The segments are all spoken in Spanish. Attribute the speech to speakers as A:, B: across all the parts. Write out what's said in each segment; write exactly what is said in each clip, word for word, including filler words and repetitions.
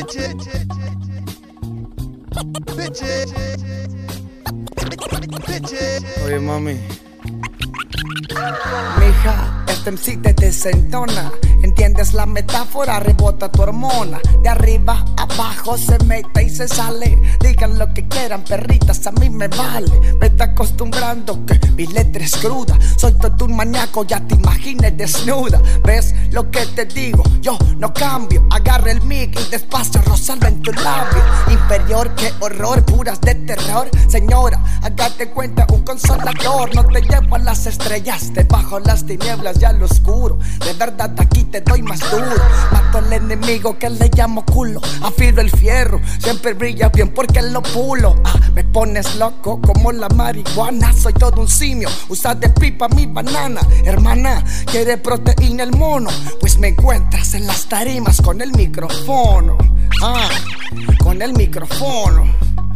A: Bitches, bitches, bitches.
B: Oye, mami.
C: Mija, este M C te desentona. ¿Entiendes la metáfora? Rebota tu hormona. De arriba a abajo se mete y se sale. Digan lo que quieran, perritas, a mí me vale. Me está acostumbrando que mi letra es cruda. Soy todo un maníaco, ya te imagines desnuda. ¿Ves lo que te digo? Yo no cambio. Agarra el mic y despacio rozarlo en tu labio. Inferior, qué horror, puras de terror. Señora, hágate cuenta, un consolador. No te llevo a las estrellas, te bajo las tinieblas y al oscuro. De verdad aquí te doy más duro. Mato al enemigo que le llamo culo. Afilo el fierro, siempre brilla bien porque lo pulo. Ah, me pones loco como la marihuana. Soy todo un simio, usa de pipa mi banana. Hermana, quiere proteína el mono. Pues me encuentras en las tarimas con el micrófono. Ah, con el micrófono.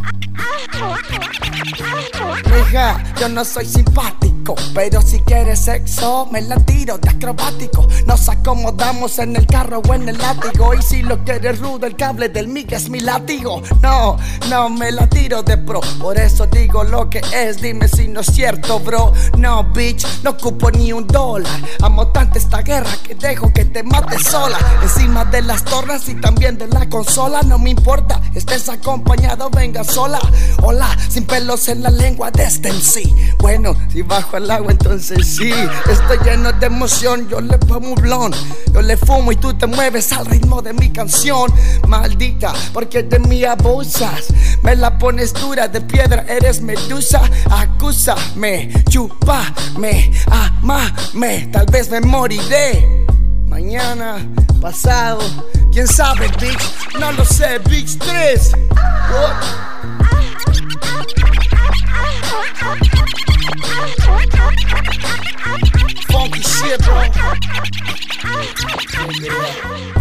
C: Mija, yo no soy simpático, pero si quieres sexo, me la tiro de acrobático. Nos acomodamos en el carro o en el látigo. Y si lo quieres rudo, el cable del mic es mi látigo. No, no me la tiro de pro, por eso digo lo que es. Dime si no es cierto, bro. No, bitch, no ocupo ni un dólar. Amo tanto esta guerra que dejo que te mates sola. Encima de las torres y también de la consola. No me importa, estés acompañado, venga sola. Hola, sin pelos en la lengua de este M C. Bueno, si bajo al agua entonces sí. Estoy lleno de emoción, yo le pongo un blon. Yo le fumo y tú te mueves al ritmo de mi canción. Maldita, porque de mí abusas. Me la pones dura de piedra, eres medusa. Acúsame, chúpame, amame. Tal vez me moriré mañana, pasado, quién sabe, bitch. No lo sé, bitch tres. What? Funky shit, bro.